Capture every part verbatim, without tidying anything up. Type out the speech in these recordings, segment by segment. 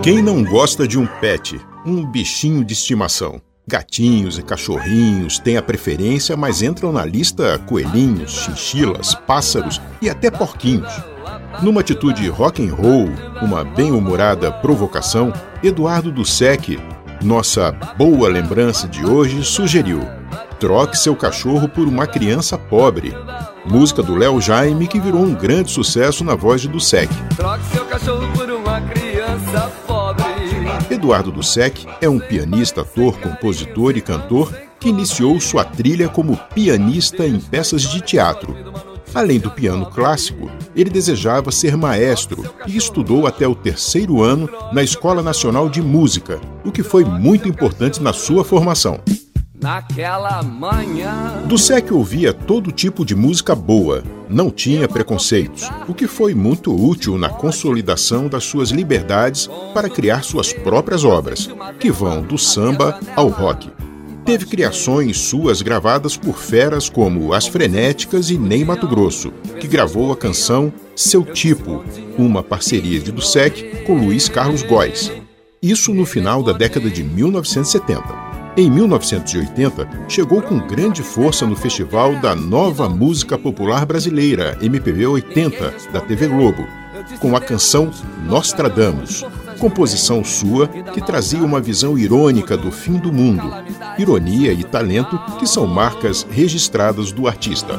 Quem não gosta de um pet, um bichinho de estimação? Gatinhos e cachorrinhos têm a preferência, mas entram na lista coelhinhos, chinchilas, pássaros e até porquinhos. Numa atitude rock and roll, uma bem-humorada provocação, Eduardo Dussek, nossa boa lembrança de hoje, sugeriu: troque seu cachorro por uma criança pobre. Música do Léo Jaime, que virou um grande sucesso na voz de Dussek. Troque seu cachorro por uma criança pobre. Eduardo Dussek é um pianista, ator, compositor e cantor que iniciou sua trilha como pianista em peças de teatro. Além do piano clássico, ele desejava ser maestro e estudou até o terceiro ano na Escola Nacional de Música, o que foi muito importante na sua formação. Naquela manhã, Dussek ouvia todo tipo de música boa, não tinha preconceitos, o que foi muito útil na consolidação das suas liberdades para criar suas próprias obras, que vão do samba ao rock. Teve criações suas gravadas por feras como As Frenéticas e Ney Matogrosso, que gravou a canção Seu Tipo, uma parceria de Dussek com Luiz Carlos Góes. Isso no final da década de mil novecentos e setenta. Em mil novecentos e oitenta, chegou com grande força no Festival da Nova Música Popular Brasileira, M P B oitenta, da T V Globo, com a canção Nostradamus, composição sua que trazia uma visão irônica do fim do mundo, ironia e talento que são marcas registradas do artista.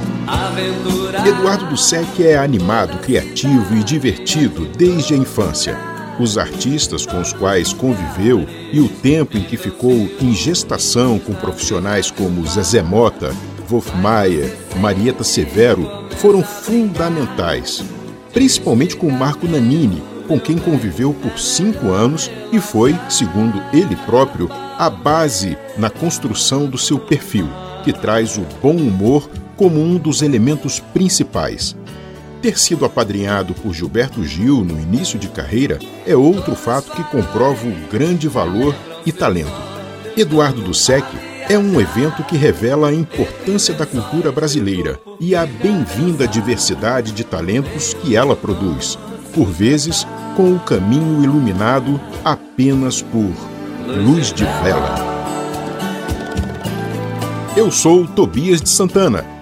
Eduardo Dussek é animado, criativo e divertido desde a infância. Os artistas com os quais conviveu e o tempo em que ficou em gestação com profissionais como Zezé Mota, Wolf Maia, Marieta Severo foram fundamentais, principalmente com Marco Nanini, com quem conviveu por cinco anos e foi, segundo ele próprio, a base na construção do seu perfil, que traz o bom humor como um dos elementos principais. Ter sido apadrinhado por Gilberto Gil no início de carreira é outro fato que comprova o grande valor e talento. Eduardo Dussek é um evento que revela a importância da cultura brasileira e a bem-vinda diversidade de talentos que ela produz, por vezes com o caminho iluminado apenas por luz de vela. Eu sou Tobias de Santana.